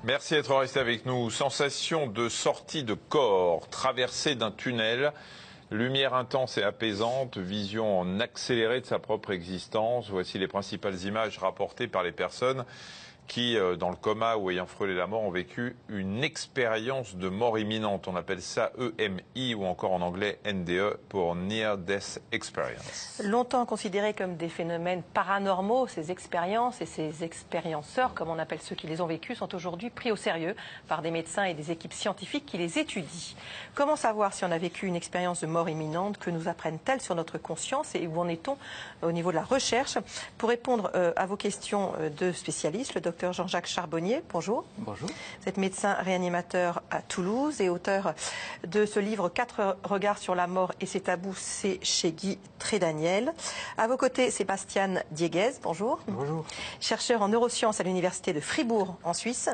Merci d'être resté avec nous. Sensation de sortie de corps, traversée d'un tunnel, lumière intense et apaisante, vision en accéléré de sa propre existence. Voici les principales images rapportées par les personnes qui, dans le coma ou ayant frôlé la mort, ont vécu une expérience de mort imminente. On appelle ça EMI ou encore en anglais NDE pour Near Death Experience. Longtemps considérés comme des phénomènes paranormaux, ces expériences et ces expérienceurs, comme on appelle ceux qui les ont vécus, sont aujourd'hui pris au sérieux par des médecins et des équipes scientifiques qui les étudient. Comment savoir si on a vécu une expérience de mort imminente? Que nous apprennent-elles sur notre conscience et où en est-on au niveau de la recherche? Pour répondre à vos questions de spécialistes, le docteur Jean-Jacques Charbonnier, bonjour. Bonjour. Vous êtes médecin réanimateur à Toulouse et auteur de ce livre 4 regards sur la mort et ses tabous, c'est chez Guy Trédaniel. À vos côtés, Sébastien Dieguez, bonjour. Bonjour. Chercheur en neurosciences à l'université de Fribourg en Suisse.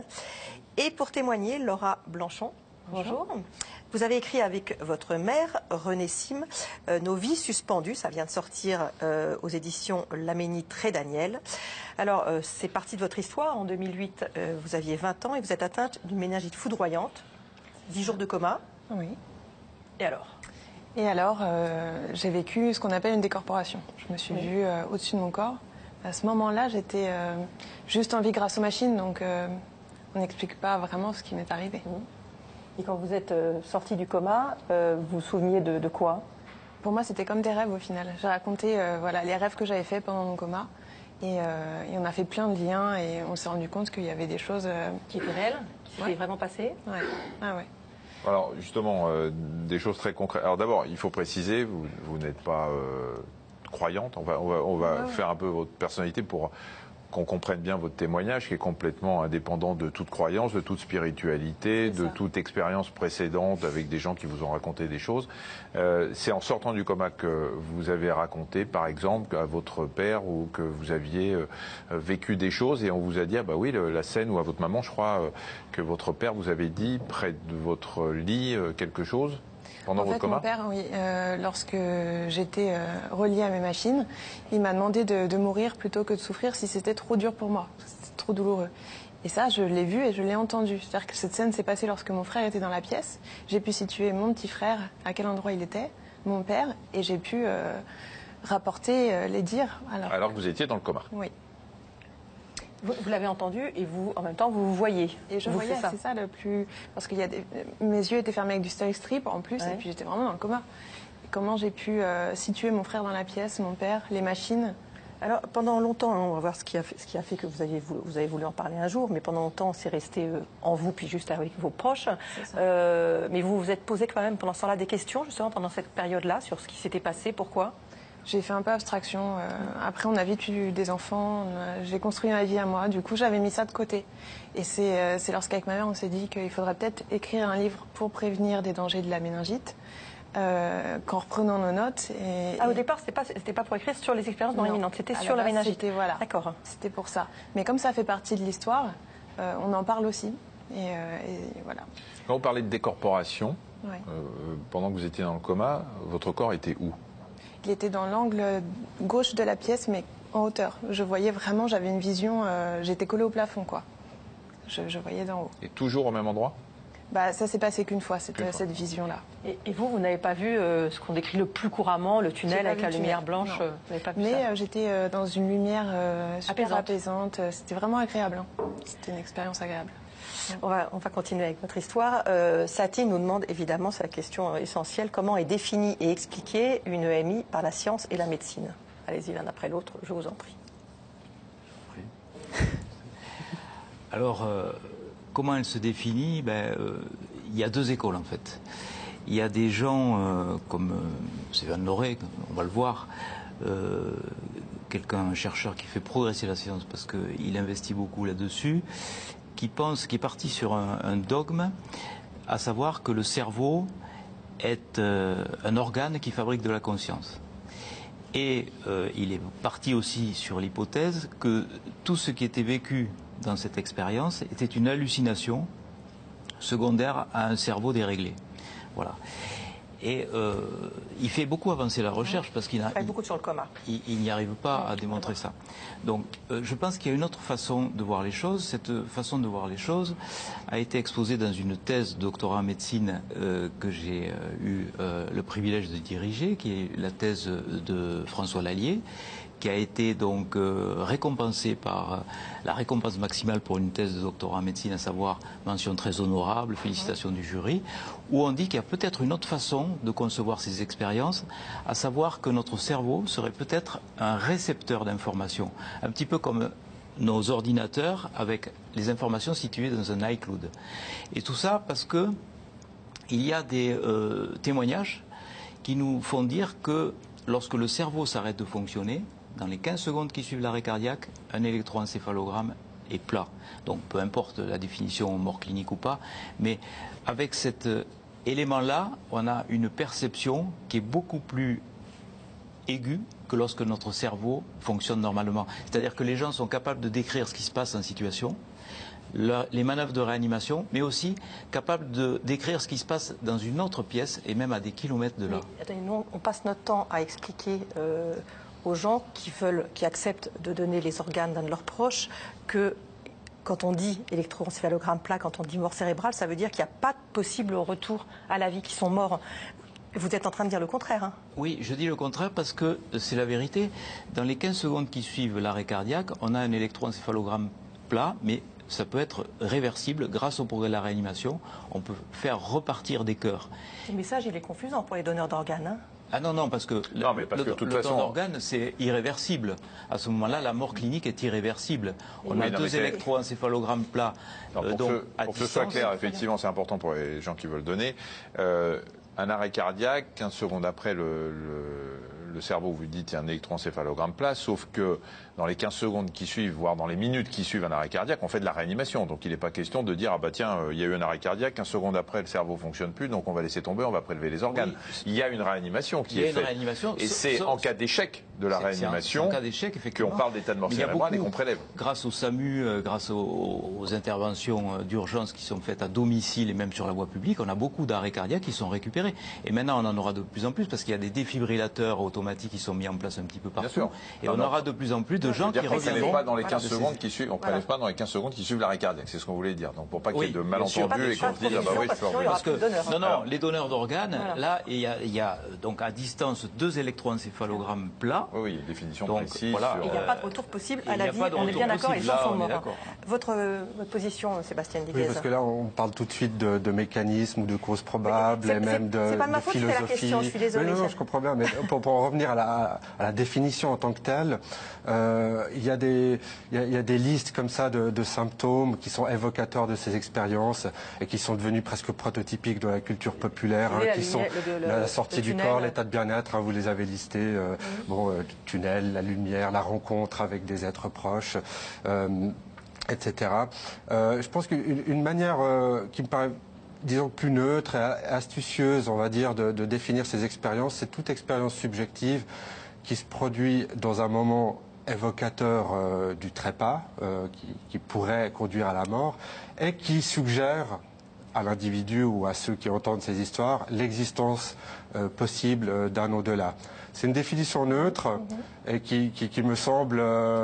Et pour témoigner, Laura Blanchon. Bonjour. Vous avez écrit avec votre mère, Renée Sim, Nos vies suspendues. Ça vient de sortir aux éditions Laménie Trédaniel. Alors, c'est parti de votre histoire. En 2008, vous aviez 20 ans et vous êtes atteinte d'une méningite foudroyante. 10 jours de coma. Oui. Et alors? Et alors, j'ai vécu ce qu'on appelle une décorporation. Je me suis vue au-dessus de mon corps. À ce moment-là, j'étais juste en vie grâce aux machines, donc on n'explique pas vraiment ce qui m'est arrivé. Et quand vous êtes sortie du coma, vous vous souveniez de quoi? Pour moi, c'était comme des rêves au final. J'ai raconté voilà, les rêves que j'avais faits pendant mon coma. Et on a fait plein de liens et on s'est rendu compte qu'il y avait des choses qui étaient réelles, qui s'étaient vraiment passées. Ouais. Ah ouais. Alors justement, des choses très concrètes. Alors d'abord, il faut préciser, vous n'êtes pas croyante. On va faire un peu votre personnalité pour qu'on comprenne bien votre témoignage, qui est complètement indépendant de toute croyance, de toute spiritualité, de toute expérience précédente avec des gens qui vous ont raconté des choses. C'est en sortant du coma que vous avez raconté, par exemple, à votre père ou que vous aviez vécu des choses et on vous a dit, ah bah oui, la scène, ou à votre maman, je crois, que votre père vous avait dit près de votre lit quelque chose pendant votre coma. Mon père, oui, lorsque j'étais reliée à mes machines, il m'a demandé de mourir plutôt que de souffrir si c'était trop dur pour moi, c'était trop douloureux. Et ça, je l'ai vu et je l'ai entendu. C'est-à-dire que cette scène s'est passée lorsque mon frère était dans la pièce. J'ai pu situer mon petit frère, à quel endroit il était, mon père, et j'ai pu rapporter les dires. Alors que vous étiez dans le coma. Oui. Vous l'avez entendu et vous, en même temps, vous voyez. Et je voyais, c'est ça le plus... Parce que mes yeux étaient fermés avec du stéric strip en plus, et puis j'étais vraiment dans le coma. Et comment j'ai pu situer mon frère dans la pièce, mon père, les machines. Alors, pendant longtemps, on va voir ce qui a fait que vous avez voulu en parler un jour, mais pendant longtemps, c'est resté en vous, puis juste avec vos proches. Mais vous vous êtes posé quand même pendant ce temps-là des questions, justement, pendant cette période-là, sur ce qui s'était passé, pourquoi? J'ai fait un peu abstraction. Après, on a vite eu des enfants. J'ai construit ma vie à moi. Du coup, j'avais mis ça de côté. Et c'est lorsqu'avec ma mère, on s'est dit qu'il faudrait peut-être écrire un livre pour prévenir des dangers de la méningite, qu'en reprenant nos notes. Au départ, c'était pas pour écrire sur les expériences mort imminente, c'était sur la méningite. Voilà. D'accord. C'était pour ça. Mais comme ça fait partie de l'histoire, on en parle aussi. Et voilà. Quand vous parlez de décorporation, pendant que vous étiez dans le coma, votre corps était où? Il était dans l'angle gauche de la pièce, mais en hauteur. Je voyais vraiment, j'avais une vision, j'étais collée au plafond, quoi. Je voyais d'en haut. Et toujours au même endroit? Bah, ça s'est passé qu'une fois, cette vision-là. Et vous n'avez pas vu ce qu'on décrit le plus couramment, le tunnel avec la lumière blanche? Vous n'avez pas vu ça? Mais j'étais dans une lumière super apaisante. C'était vraiment agréable. Hein. C'était une expérience agréable. On va continuer avec votre histoire. Satie nous demande évidemment, c'est la question essentielle, comment est définie et expliquée une EMI par la science et la médecine? Allez-y l'un après l'autre, je vous en prie. Alors, comment elle se définit? Il y a deux écoles en fait. Il y a des gens comme Stéphane Loret, on va le voir, un chercheur qui fait progresser la science parce qu'il investit beaucoup là-dessus, qui est parti sur un dogme, à savoir que le cerveau est un organe qui fabrique de la conscience. Et il est parti aussi sur l'hypothèse que tout ce qui était vécu dans cette expérience était une hallucination secondaire à un cerveau déréglé. Voilà. Et il fait beaucoup avancer la recherche parce qu'il travaille beaucoup sur le coma. Il n'y arrive pas à démontrer ça. Donc je pense qu'il y a une autre façon de voir les choses. Cette façon de voir les choses a été exposée dans une thèse de doctorat en médecine que j'ai eu le privilège de diriger, qui est la thèse de François Lallier, qui a été donc récompensé par la récompense maximale pour une thèse de doctorat en médecine, à savoir mention très honorable, félicitations du jury, où on dit qu'il y a peut-être une autre façon de concevoir ces expériences, à savoir que notre cerveau serait peut-être un récepteur d'informations, un petit peu comme nos ordinateurs avec les informations situées dans un iCloud. Et tout ça parce que il y a des témoignages qui nous font dire que lorsque le cerveau s'arrête de fonctionner, dans les 15 secondes qui suivent l'arrêt cardiaque, un électroencéphalogramme est plat. Donc peu importe la définition mort clinique ou pas, mais avec cet élément-là, on a une perception qui est beaucoup plus aiguë que lorsque notre cerveau fonctionne normalement. C'est-à-dire que les gens sont capables de décrire ce qui se passe en situation, les manœuvres de réanimation, mais aussi capables de décrire ce qui se passe dans une autre pièce et même à des kilomètres de là. Mais, attendez, nous, on passe notre temps à expliquer aux gens qui acceptent de donner les organes d'un de leurs proches que quand on dit électroencéphalogramme plat, quand on dit mort cérébrale, ça veut dire qu'il n'y a pas de possible retour à la vie, qui sont morts. Vous êtes en train de dire le contraire, hein? Oui, je dis le contraire parce que c'est la vérité. Dans les 15 secondes qui suivent l'arrêt cardiaque, on a un électroencéphalogramme plat, mais ça peut être réversible grâce au progrès de la réanimation. On peut faire repartir des cœurs. Le message, il est confusant pour les donneurs d'organes, hein? Ah non, parce que le don d'organes, c'est irréversible. À ce moment-là, la mort clinique est irréversible. On a deux électroencéphalogrammes plats. Pour que ce soit clair, effectivement, c'est important pour les gens qui veulent donner. Un arrêt cardiaque, 15 secondes après, le cerveau, vous dites, il y a un électroencéphalogramme plat, sauf que dans les 15 secondes qui suivent, voire dans les minutes qui suivent un arrêt cardiaque, on fait de la réanimation. Donc il n'est pas question de dire, ah bah tiens, il y a eu un arrêt cardiaque, 15 secondes après, le cerveau ne fonctionne plus, donc on va laisser tomber, on va prélever les organes. Oui. Il y a une réanimation qui est faite. Et c'est en cas d'échec de la réanimation qu'on parle d'état de mort cérébrale et qu'on prélève. Grâce au SAMU, grâce aux interventions d'urgence qui sont faites à domicile et même sur la voie publique, on a beaucoup d'arrêts cardiaques qui sont récupérés. Et maintenant, on en aura de plus en plus parce qu'il y a des défibrillateurs automatiques qui sont mis en place un petit peu partout. Et on aura de plus en plus de gens qui reviendront. Pas dans les 15 secondes qui suivent, on ne prélève pas dans les 15 secondes qui suivent l'arrêt cardiaque. C'est ce qu'on voulait dire. Donc pour pas qu'il y ait de malentendus et qu'on se dise, ah bah oui, je peux revenir. Parce que, non, les donneurs d'organes, là, il y a donc à distance 2 électroencéphalogrammes plats. Oui, définition précise. Voilà. Il n'y a pas de retour possible à la vie. On est bien d'accord, les gens sont morts. Votre position, Sébastien Diguez. Oui, parce que là, on parle tout de suite de mécanismes ou de causes probables et même de philosophie. C'est pas ma faute, c'est la question, je suis désolée. Non, je comprends bien, mais pour en revenir à la définition en tant que telle, il y a des listes comme ça de symptômes qui sont évocateurs de ces expériences et qui sont devenus presque prototypiques de la culture populaire, qui sont la sortie du corps, l'état de bien-être, vous les avez listés, le tunnel, la lumière, la rencontre avec des êtres proches, etc. Je pense qu'une manière qui me paraît, disons, plus neutre et astucieuse, on va dire, de définir ces expériences, c'est toute expérience subjective qui se produit dans un moment évocateur du trépas, qui pourrait conduire à la mort, et qui suggère à l'individu ou à ceux qui entendent ces histoires l'existence possible d'un au-delà. C'est une définition neutre et qui me semble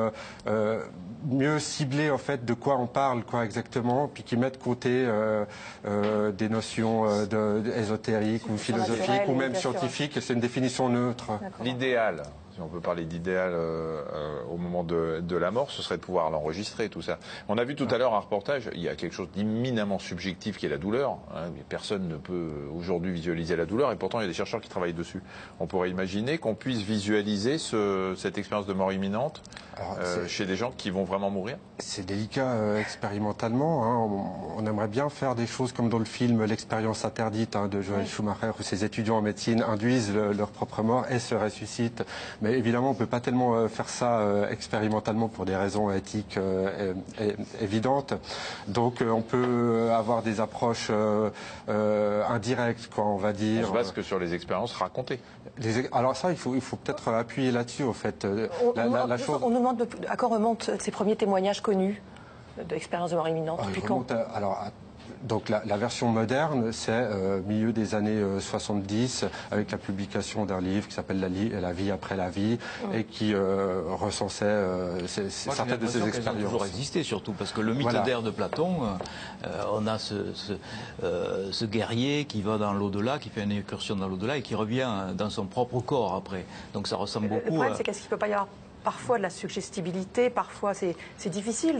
mieux cibler en fait de quoi on parle, quoi exactement, puis qui met de côté des notions ésotériques ou philosophiques ou même scientifiques. C'est une définition neutre. L'idéal, si on peut parler d'idéal au moment de la mort, ce serait de pouvoir l'enregistrer, tout ça. On a vu tout à l'heure un reportage, il y a quelque chose d'éminemment subjectif qui est la douleur. Personne ne peut aujourd'hui visualiser la douleur et pourtant il y a des chercheurs qui travaillent dessus. On pourrait imaginer qu'on puisse visualiser cette expérience de mort imminente chez des gens qui vont vraiment mourir. C'est délicat expérimentalement. On aimerait bien faire des choses comme dans le film L'expérience interdite de Joel Schumacher, où ces étudiants en médecine induisent leur propre mort et se ressuscitent. Mais évidemment, on ne peut pas tellement faire ça expérimentalement pour des raisons éthiques évidentes. Donc on peut avoir des approches indirectes, quoi, on va dire. On se base que sur les expériences racontées. Alors ça, il faut peut-être appuyer là-dessus, au fait. On nous demande à quand remontent ces premiers témoignages connus d'expériences de mort imminente. Depuis quand ? Donc la version moderne, c'est milieu des années 70, avec la publication d'un livre qui s'appelle La vie après la vie, et qui recensait certaines de ces expériences. Ça a toujours existé, surtout, parce que le mythe d'Air de Platon, on a ce guerrier qui va dans l'au-delà, qui fait une incursion dans l'au-delà et qui revient dans son propre corps après. Donc ça ressemble beaucoup. Le problème, c'est qu'est-ce qu'il ne peut pas y avoir parfois de la suggestibilité, parfois c'est difficile.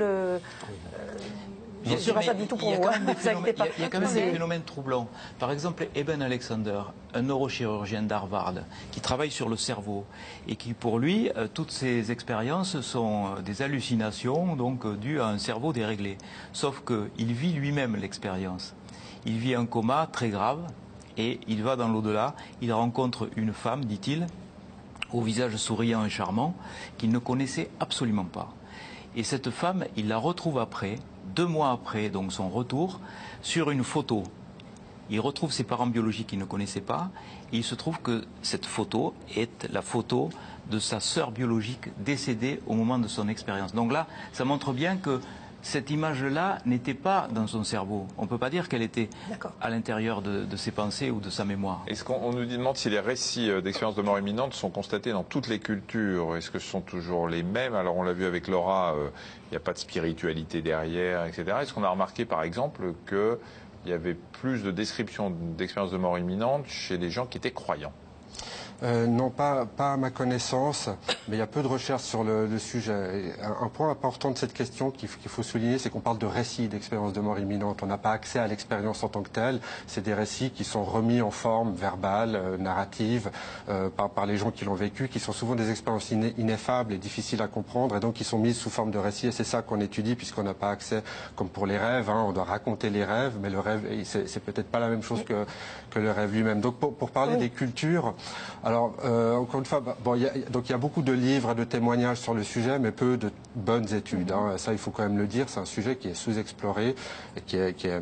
Bien sûr, pas du tout pour moi. Il y a quand même des phénomènes troublants. Par exemple, Eben Alexander, un neurochirurgien d'Harvard, qui travaille sur le cerveau et qui, pour lui, toutes ces expériences sont des hallucinations, donc dues à un cerveau déréglé. Sauf qu'il vit lui-même l'expérience. Il vit un coma très grave et il va dans l'au-delà. Il rencontre une femme, dit-il, au visage souriant et charmant, qu'il ne connaissait absolument pas. Et cette femme, il la retrouve après, 2 mois après donc son retour, sur une photo. Il retrouve ses parents biologiques qu'il ne connaissait pas, et il se trouve que cette photo est la photo de sa sœur biologique décédée au moment de son expérience. Donc là, ça montre bien que cette image-là n'était pas dans son cerveau. On ne peut pas dire qu'elle était à l'intérieur de ses pensées ou de sa mémoire. Est-ce qu'on nous demande si les récits d'expériences de mort imminente sont constatés dans toutes les cultures? Est-ce que ce sont toujours les mêmes? Alors on l'a vu avec Laura, il n'y a pas de spiritualité derrière, etc. Est-ce qu'on a remarqué par exemple qu'il y avait plus de descriptions d'expériences de mort imminente chez les gens qui étaient croyants? Non, pas à ma connaissance, mais il y a peu de recherches sur le sujet. Un point important de cette question qu'il faut souligner, c'est qu'on parle de récits d'expériences de mort imminente. On n'a pas accès à l'expérience en tant que telle. C'est des récits qui sont remis en forme verbale, narrative, par les gens qui l'ont vécu, qui sont souvent des expériences ineffables et difficiles à comprendre, et donc qui sont mises sous forme de récits. Et c'est ça qu'on étudie, puisqu'on n'a pas accès, comme pour les rêves, on doit raconter les rêves, mais le rêve, c'est peut-être pas la même chose que le rêve lui-même. Donc pour parler des cultures, alors, encore une fois, il y a beaucoup de livres et de témoignages sur le sujet, mais peu de bonnes études. Ça, il faut quand même le dire. C'est un sujet qui est sous-exploré, et qui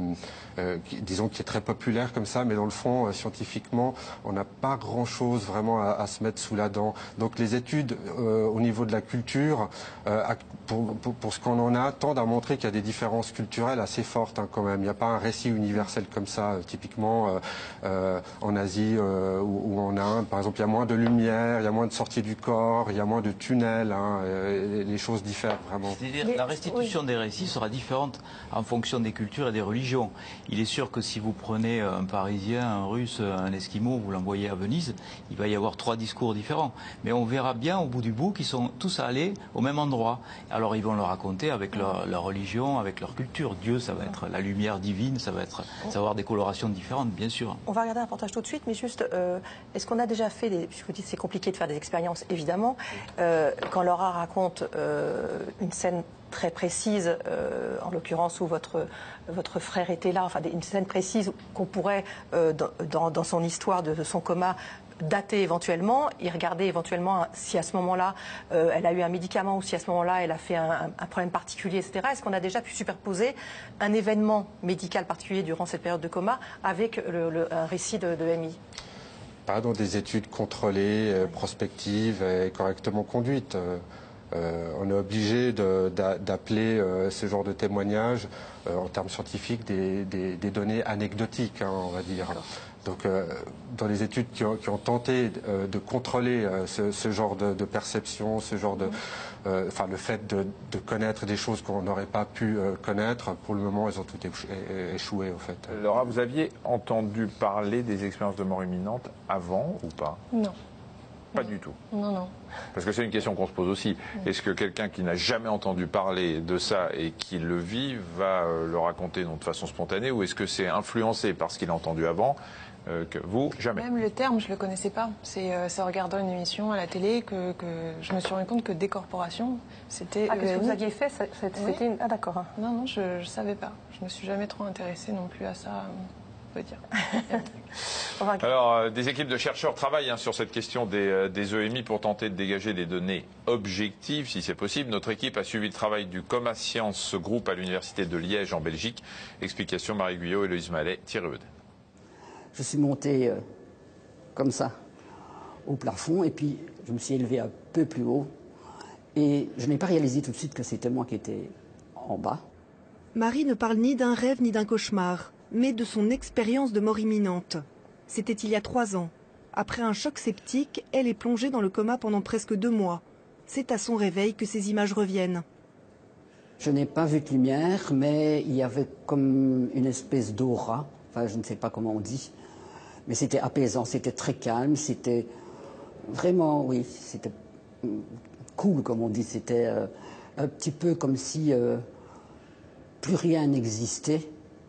est très populaire comme ça, mais dans le fond, scientifiquement, on n'a pas grand-chose vraiment à se mettre sous la dent. Donc, les études au niveau de la culture, pour ce qu'on en a, tendent à montrer qu'il y a des différences culturelles assez fortes quand même. Il n'y a pas un récit universel comme ça, typiquement en Asie ou en Inde, par exemple. Il y a moins de lumière, il y a moins de sorties du corps, il y a moins de tunnels, les choses diffèrent vraiment. C'est-à-dire la restitution des récits sera différente en fonction des cultures et des religions. Il est sûr que si vous prenez un Parisien, un Russe, un Esquimau, vous l'envoyez à Venise, il va y avoir 3 discours différents. Mais on verra bien au bout du bout qu'ils sont tous allés au même endroit. Alors ils vont le raconter avec leur religion, avec leur culture. Dieu, ça va être la lumière divine, ça va avoir des colorations différentes, bien sûr. On va regarder un reportage tout de suite, mais juste, est-ce qu'on a déjà fait puisque vous dites c'est compliqué de faire des expériences, évidemment. Quand Laura raconte une scène très précise, en l'occurrence où votre frère était là, enfin une scène précise qu'on pourrait, dans son histoire de son coma, dater éventuellement et regarder éventuellement si à ce moment-là elle a eu un médicament ou si à ce moment-là elle a fait un problème particulier, etc. Est-ce qu'on a déjà pu superposer un événement médical particulier durant cette période de coma avec un récit de MI? Pas dans des études contrôlées, prospectives et correctement conduites. On est obligé d'appeler ce genre de témoignages en termes scientifiques des données anecdotiques, on va dire. Donc, dans les études qui ont tenté de contrôler ce genre de perception, ce genre le fait de connaître des choses qu'on n'aurait pas pu connaître, pour le moment, elles ont toutes échoué, au fait. Laura, vous aviez entendu parler des expériences de mort imminente avant ou pas? Non. Pas du tout. Non. Parce que c'est une question qu'on se pose aussi. Est-ce que quelqu'un qui n'a jamais entendu parler de ça et qui le vit va le raconter de façon spontanée, ou est-ce que c'est influencé par ce qu'il a entendu avant que vous, jamais? Même le terme, je ne le connaissais pas. C'est en regardant une émission à la télé que je me suis rendu compte que décorporation, c'était... Ah, qu'est-ce que vous aviez fait? C'était une... Ah, d'accord. Non, je ne savais pas. Je ne me suis jamais trop intéressée non plus à ça. Dire. Alors, des équipes de chercheurs travaillent sur cette question des EMI pour tenter de dégager des données objectives, si c'est possible. Notre équipe a suivi le travail du Coma Science Group à l'Université de Liège, en Belgique. Explication Marie Guyot et Héloïse Mallet. Thierry Aude. Je suis monté comme ça, au plafond, et puis je me suis élevé un peu plus haut. Et je n'ai pas réalisé tout de suite que c'était moi qui étais en bas. Marie ne parle ni d'un rêve ni d'un cauchemar, mais de son expérience de mort imminente. C'était il y a 3 ans. Après un choc septique, elle est plongée dans le coma pendant presque 2 mois. C'est à son réveil que ces images reviennent. Je n'ai pas vu de lumière, mais il y avait comme une espèce d'aura, enfin je ne sais pas comment on dit, mais c'était apaisant, c'était très calme, c'était vraiment, oui, c'était cool comme on dit, c'était un petit peu comme si plus rien n'existait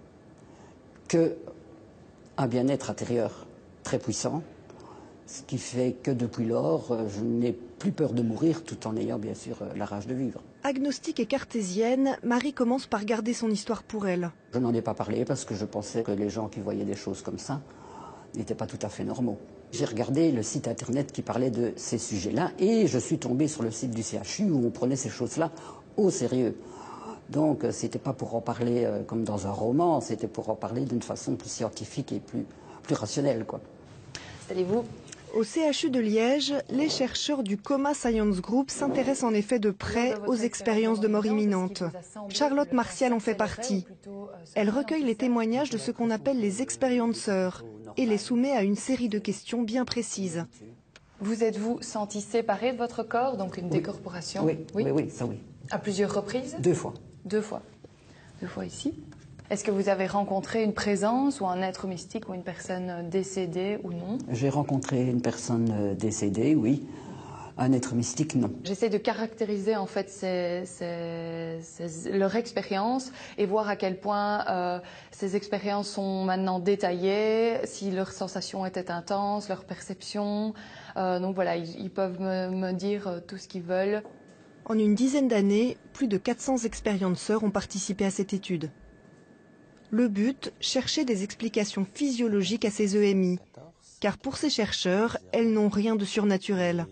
qu'un bien-être intérieur très puissant, ce qui fait que depuis lors, je n'ai plus peur de mourir tout en ayant bien sûr la rage de vivre. Agnostique et cartésienne, Marie commence par garder son histoire pour elle. Je n'en ai pas parlé parce que je pensais que les gens qui voyaient des choses comme ça n'étaient pas tout à fait normaux. J'ai regardé le site internet qui parlait de ces sujets-là et je suis tombée sur le site du CHU où on prenait ces choses-là au sérieux. Donc c'était pas pour en parler comme dans un roman, c'était pour en parler d'une façon plus scientifique et plus rationnelle, quoi. Installez-vous. Au CHU de Liège, les chercheurs du Coma Science Group s'intéressent en effet de près aux expériences de mort imminente. Charlotte Martial en fait partie. Elle recueille les témoignages de ce qu'on appelle les expérienceurs et les soumet à une série de questions bien précises. Vous êtes-vous senti séparé de votre corps, donc une décorporation? Oui, ça oui. À plusieurs reprises? 2 fois. 2 fois. 2 fois ici. Est-ce que vous avez rencontré une présence ou un être mystique ou une personne décédée ou non? J'ai rencontré une personne décédée, oui. Un être mystique, non. J'essaie de caractériser en fait leur expérience et voir à quel point ces expériences sont maintenant détaillées, si leurs sensations étaient intenses, leurs perceptions. Donc voilà, ils peuvent me dire tout ce qu'ils veulent. En une dizaine d'années, plus de 400 expérienceurs ont participé à cette étude. Le but, chercher des explications physiologiques à ces EMI. Car pour ces chercheurs, elles n'ont rien de surnaturel.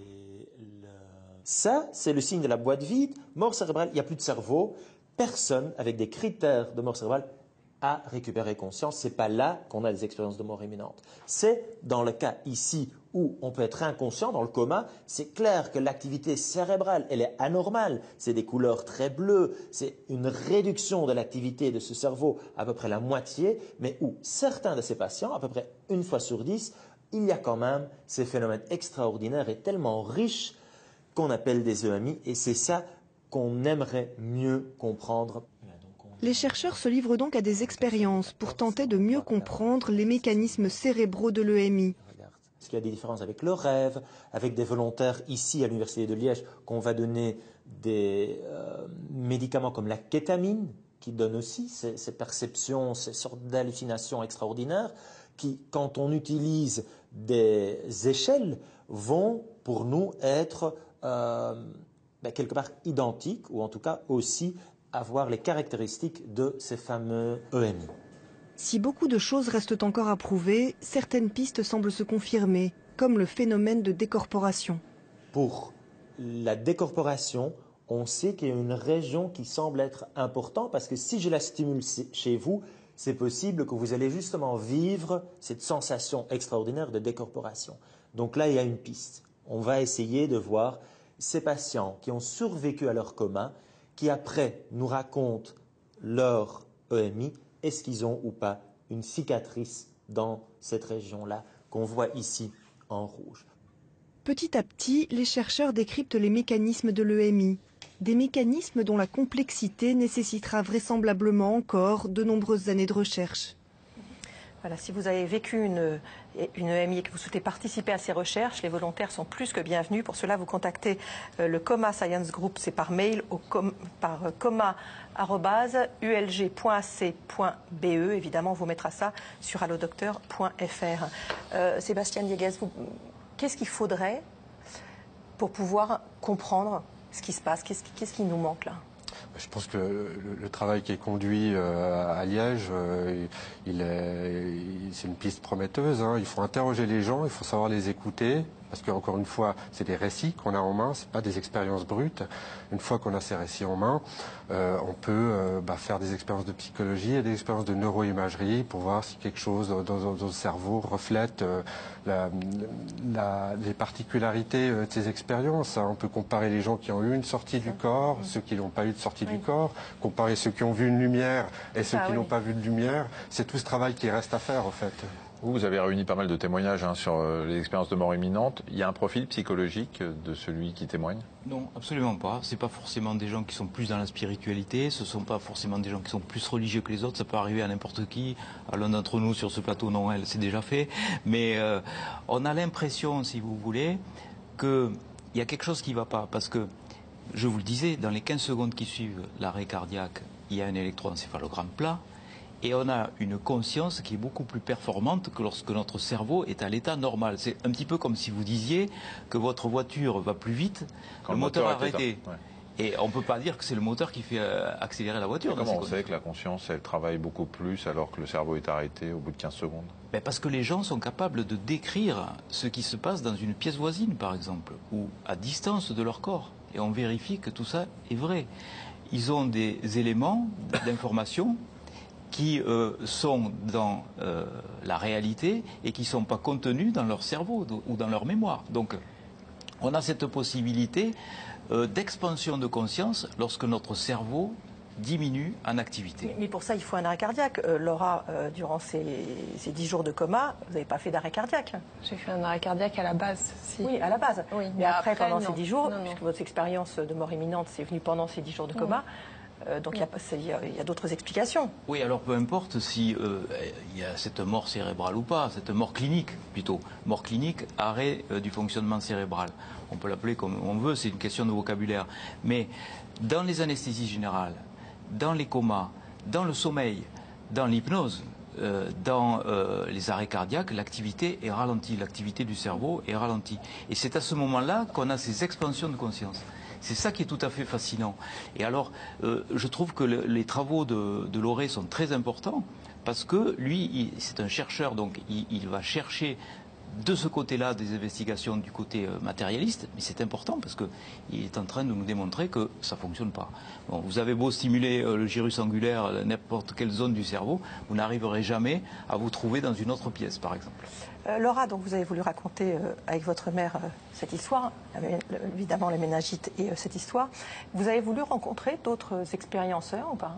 Ça, c'est le signe de la boîte vide, mort cérébrale, il n'y a plus de cerveau. Personne, avec des critères de mort cérébrale, a récupéré conscience. Ce n'est pas là qu'on a des expériences de mort imminente. C'est dans le cas ici où on peut être inconscient, dans le coma, c'est clair que l'activité cérébrale, elle est anormale. C'est des couleurs très bleues, c'est une réduction de l'activité de ce cerveau à peu près la moitié, mais où certains de ces patients, à peu près 1 fois sur 10, il y a quand même ces phénomènes extraordinaires et tellement riches qu'on appelle des EMI, et c'est ça qu'on aimerait mieux comprendre. Les chercheurs se livrent donc à des expériences pour tenter de mieux comprendre les mécanismes cérébraux de l'EMI. Est-ce qu'il y a des différences avec le rêve, avec des volontaires ici à l'Université de Liège, qu'on va donner des médicaments comme la kétamine, qui donne aussi ces perceptions, ces sortes d'hallucinations extraordinaires, qui, quand on utilise des échelles, vont pour nous être quelque part identiques, ou en tout cas aussi avoir les caractéristiques de ces fameux EMI. Si beaucoup de choses restent encore à prouver, certaines pistes semblent se confirmer, comme le phénomène de décorporation. Pour la décorporation, on sait qu'il y a une région qui semble être importante, parce que si je la stimule chez vous, c'est possible que vous allez justement vivre cette sensation extraordinaire de décorporation. Donc là, il y a une piste. On va essayer de voir ces patients qui ont survécu à leur coma, qui après nous racontent leur EMI, est-ce qu'ils ont ou pas une cicatrice dans cette région-là qu'on voit ici en rouge. Petit à petit, les chercheurs décryptent les mécanismes de l'EMI. Des mécanismes dont la complexité nécessitera vraisemblablement encore de nombreuses années de recherche. Voilà, si vous avez vécu une EMI et que vous souhaitez participer à ces recherches, les volontaires sont plus que bienvenus. Pour cela, vous contactez le Coma Science Group, c'est par mail par coma@ulg.ac.be. Évidemment, on vous mettra ça sur allodocteur.fr. Sébastien Dieguez, qu'est-ce qu'il faudrait pour pouvoir comprendre ce qui se passe? Qu'est-ce qui nous manque là? Je pense que le travail qui est conduit à Liège, c'est une piste prometteuse. Il faut interroger les gens, il faut savoir les écouter, parce qu'encore une fois, c'est des récits qu'on a en main, c'est pas des expériences brutes. Une fois qu'on a ces récits en main, on peut faire des expériences de psychologie et des expériences de neuroimagerie pour voir si quelque chose dans le cerveau reflète les particularités de ces expériences. On peut comparer les gens qui ont eu une sortie du corps, ceux qui n'ont pas eu de sortie du corps, comparer ceux qui ont vu une lumière et ceux qui n'ont pas vu de lumière. C'est tout ce travail qui reste à faire, en fait. Vous avez réuni pas mal de témoignages sur les expériences de mort imminente. Il y a un profil psychologique de celui qui témoigne? Non, absolument pas. C'est pas forcément des gens qui sont plus dans la spiritualité. Ce sont pas forcément des gens qui sont plus religieux que les autres. Ça peut arriver à n'importe qui. À l'un d'entre nous sur ce plateau, non, elle, c'est déjà fait. Mais on a l'impression, si vous voulez, qu'il y a quelque chose qui ne va pas. Parce que, je vous le disais, dans les 15 secondes qui suivent l'arrêt cardiaque, il y a un électroencéphalogramme plat. Et on a une conscience qui est beaucoup plus performante que lorsque notre cerveau est à l'état normal. C'est un petit peu comme si vous disiez que votre voiture va plus vite, quand le moteur est arrêté. Et on ne peut pas dire que c'est le moteur qui fait accélérer la voiture. Comment on sait que la conscience, elle travaille beaucoup plus alors que le cerveau est arrêté au bout de 15 secondes? Parce que les gens sont capables de décrire ce qui se passe dans une pièce voisine, par exemple, ou à distance de leur corps. Et on vérifie que tout ça est vrai. Ils ont des éléments d'information qui sont dans la réalité et qui ne sont pas contenus dans leur cerveau ou dans leur mémoire. Donc, on a cette possibilité d'expansion de conscience lorsque notre cerveau diminue en activité. Mais pour ça, il faut un arrêt cardiaque. Laura, durant ces 10 jours de coma, vous n'avez pas fait d'arrêt cardiaque? J'ai fait un arrêt cardiaque à la base. Si. Oui, à la base. Oui, mais après, pendant non. ces 10 jours, non. puisque votre expérience de mort imminente, c'est venu pendant ces 10 jours de coma, donc il y a d'autres explications. Oui, alors peu importe si il y a cette mort cérébrale ou pas, cette mort clinique plutôt. Mort clinique, arrêt du fonctionnement cérébral. On peut l'appeler comme on veut, c'est une question de vocabulaire. Mais dans les anesthésies générales, dans les comas, dans le sommeil, dans l'hypnose, dans les arrêts cardiaques, l'activité est ralentie, l'activité du cerveau est ralentie. Et c'est à ce moment-là qu'on a ces expansions de conscience. C'est ça qui est tout à fait fascinant. Et alors, je trouve que les travaux de Lauré sont très importants parce que lui, c'est un chercheur, donc il va chercher de ce côté-là des investigations du côté matérialiste, mais c'est important parce qu'il est en train de nous démontrer que ça ne fonctionne pas. Bon, vous avez beau stimuler le gyrus angulaire, n'importe quelle zone du cerveau, vous n'arriverez jamais à vous trouver dans une autre pièce, par exemple. Laura, donc vous avez voulu raconter avec votre mère cette histoire, évidemment la méningite et cette histoire. Vous avez voulu rencontrer d'autres expérienceurs ou pas?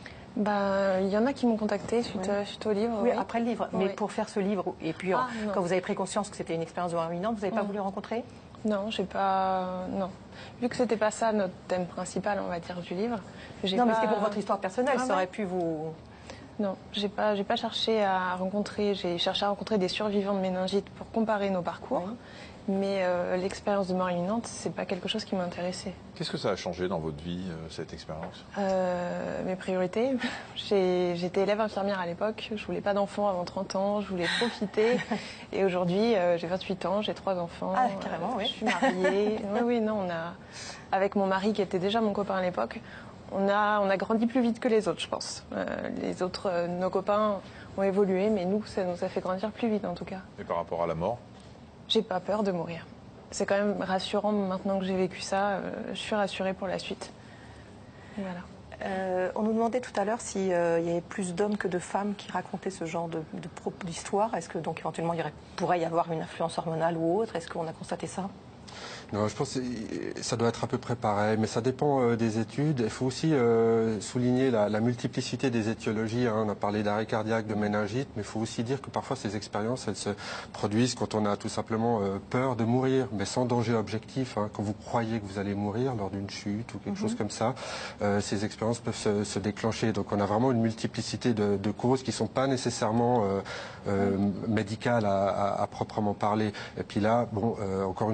Il y en a qui m'ont contacté suite au livre. Oui, après le livre. Mais pour faire ce livre, et puis quand vous avez pris conscience que c'était une expérience de mort imminente, vous n'avez pas voulu rencontrer? Non, j'ai pas. Non. Vu que c'était pas ça notre thème principal, on va dire, du livre. Non, mais c'était pour votre histoire personnelle, ça aurait pu vous. Non, j'ai pas cherché à rencontrer. J'ai cherché à rencontrer des survivants de méningite pour comparer nos parcours. Oui. Mais l'expérience de mort imminente, c'est pas quelque chose qui m'intéressait. Qu'est-ce que ça a changé dans votre vie, cette expérience? Mes priorités. J'étais élève infirmière à l'époque. Je voulais pas d'enfants avant 30 ans. Je voulais profiter. Et aujourd'hui, j'ai 28 ans, j'ai 3 enfants. Ah, carrément, oui. Je suis mariée. Oui, non, avec mon mari qui était déjà mon copain à l'époque, on a grandi plus vite que les autres, je pense. Les autres, nos copains ont évolué, mais nous, ça nous a fait grandir plus vite en tout cas. Et par rapport à la mort? J'ai pas peur de mourir. C'est quand même rassurant maintenant que j'ai vécu ça. Je suis rassurée pour la suite. Et voilà. On nous demandait tout à l'heure s'il y avait plus d'hommes que de femmes qui racontaient ce genre d'histoire. Est-ce que donc éventuellement pourrait y avoir une influence hormonale ou autre? Est-ce qu'on a constaté ça? Non, je pense que ça doit être à peu près pareil, mais ça dépend des études. Il faut aussi souligner la multiplicité des étiologies. On a parlé d'arrêt cardiaque, de méningite, mais il faut aussi dire que parfois ces expériences, elles se produisent quand on a tout simplement peur de mourir, mais sans danger objectif. Quand vous croyez que vous allez mourir lors d'une chute ou quelque chose comme ça, ces expériences peuvent se déclencher. Donc on a vraiment une multiplicité de causes qui ne sont pas nécessairement médicales à proprement parler. Et puis là, encore une fois, il y a beaucoup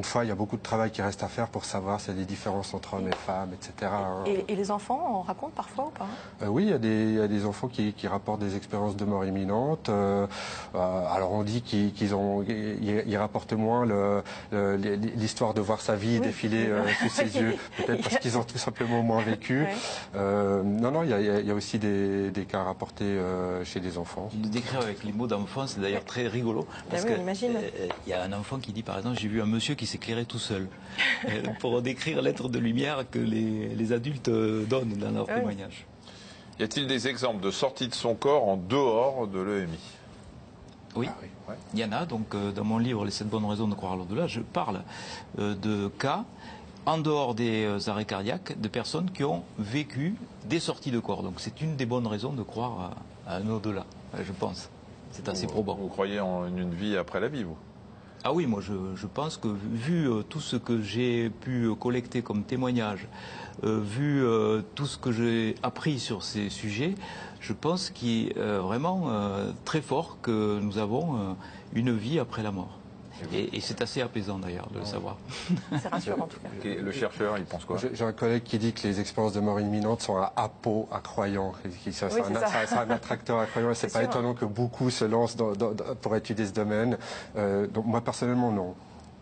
beaucoup de travail qui reste à faire pour savoir s'il y a des différences entre hommes et femmes, etc. Et les enfants en racontent parfois ou pas? Oui, il y a des enfants qui rapportent des expériences de mort imminente. Alors on dit qu'ils rapportent moins l'histoire de voir sa vie défiler sous ses yeux, peut-être parce qu'ils ont tout simplement moins vécu. Non, il y a aussi des cas rapportés chez des enfants. De décrire avec les mots d'enfant, c'est d'ailleurs très rigolo. Parce que il y a un enfant qui dit, par exemple, j'ai vu un monsieur qui s'éclairait tout seul. Pour décrire l'être de lumière que les adultes donnent dans leur témoignage. Y a-t-il des exemples de sortie de son corps en dehors de l'EMI? Oui, il y en a. Donc, dans mon livre, Les 7 bonnes raisons de croire à l'au-delà, je parle de cas en dehors des arrêts cardiaques de personnes qui ont vécu des sorties de corps. Donc, c'est une des bonnes raisons de croire à un au-delà, je pense. C'est assez probant. Vous croyez en une vie après la vie, vous? Ah oui, moi je pense que vu tout ce que j'ai pu collecter comme témoignage, vu tout ce que j'ai appris sur ces sujets, je pense qu'il est vraiment très fort que nous avons une vie après la mort. Et c'est assez apaisant d'ailleurs de le savoir. C'est rassurant en tout cas. Le chercheur, il pense quoi? J'ai un collègue qui dit que les expériences de mort imminente sont un apo à croyants. C'est un attracteur à croyants. Et c'est pas étonnant que beaucoup se lancent pour étudier ce domaine. Donc moi personnellement, non.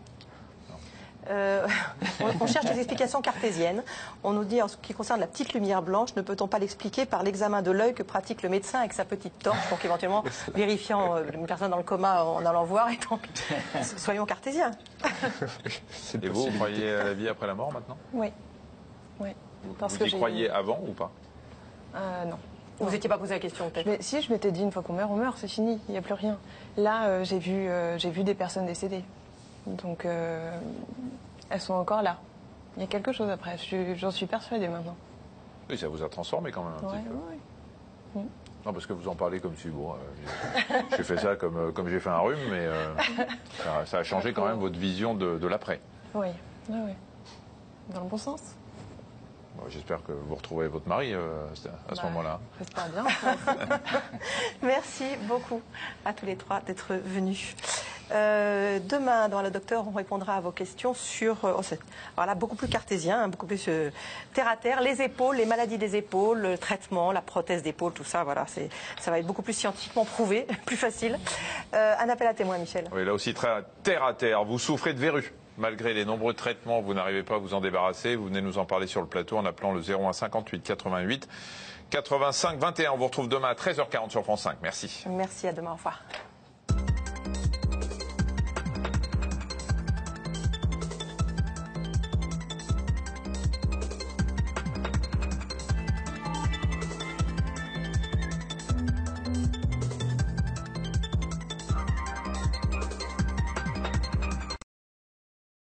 On cherche des explications cartésiennes. On nous dit, en ce qui concerne la petite lumière blanche, ne peut-on pas l'expliquer par l'examen de l'œil que pratique le médecin avec sa petite torche, donc éventuellement vérifiant une personne dans le coma en allant voir, et donc soyons cartésiens. Et vous croyez à la vie après la mort maintenant? Oui. Vous y croyez avant ou pas? Non. Vous n'étiez pas posé la question peut-être? Mais si, je m'étais dit une fois qu'on meurt, on meurt, c'est fini, il n'y a plus rien. Là, j'ai vu des personnes décédées. Donc, elles sont encore là. Il y a quelque chose après, j'en suis persuadée maintenant. Oui, ça vous a transformé quand même un petit peu. Oui. Non, parce que vous en parlez comme si, bon, j'ai fait ça comme j'ai fait un rhume, mais ça a changé quand même votre vision de l'après. Oui. Dans le bon sens. Bon, j'espère que vous retrouvez votre mari à ce moment-là. J'espère bien. Merci beaucoup à tous les trois d'être venus. Demain, dans le docteur, on répondra à vos questions sur, alors là, beaucoup plus cartésien, beaucoup plus terre à terre, les épaules, les maladies des épaules, le traitement, la prothèse d'épaule, tout ça, voilà, ça va être beaucoup plus scientifiquement prouvé, plus facile. Un appel à témoin, Michel. Oui, là aussi, très terre à terre. Vous souffrez de verrues. Malgré les nombreux traitements, vous n'arrivez pas à vous en débarrasser. Vous venez nous en parler sur le plateau en appelant le 01 58 88 85 21. On vous retrouve demain à 13h40 sur France 5. Merci. Merci, à demain, au revoir.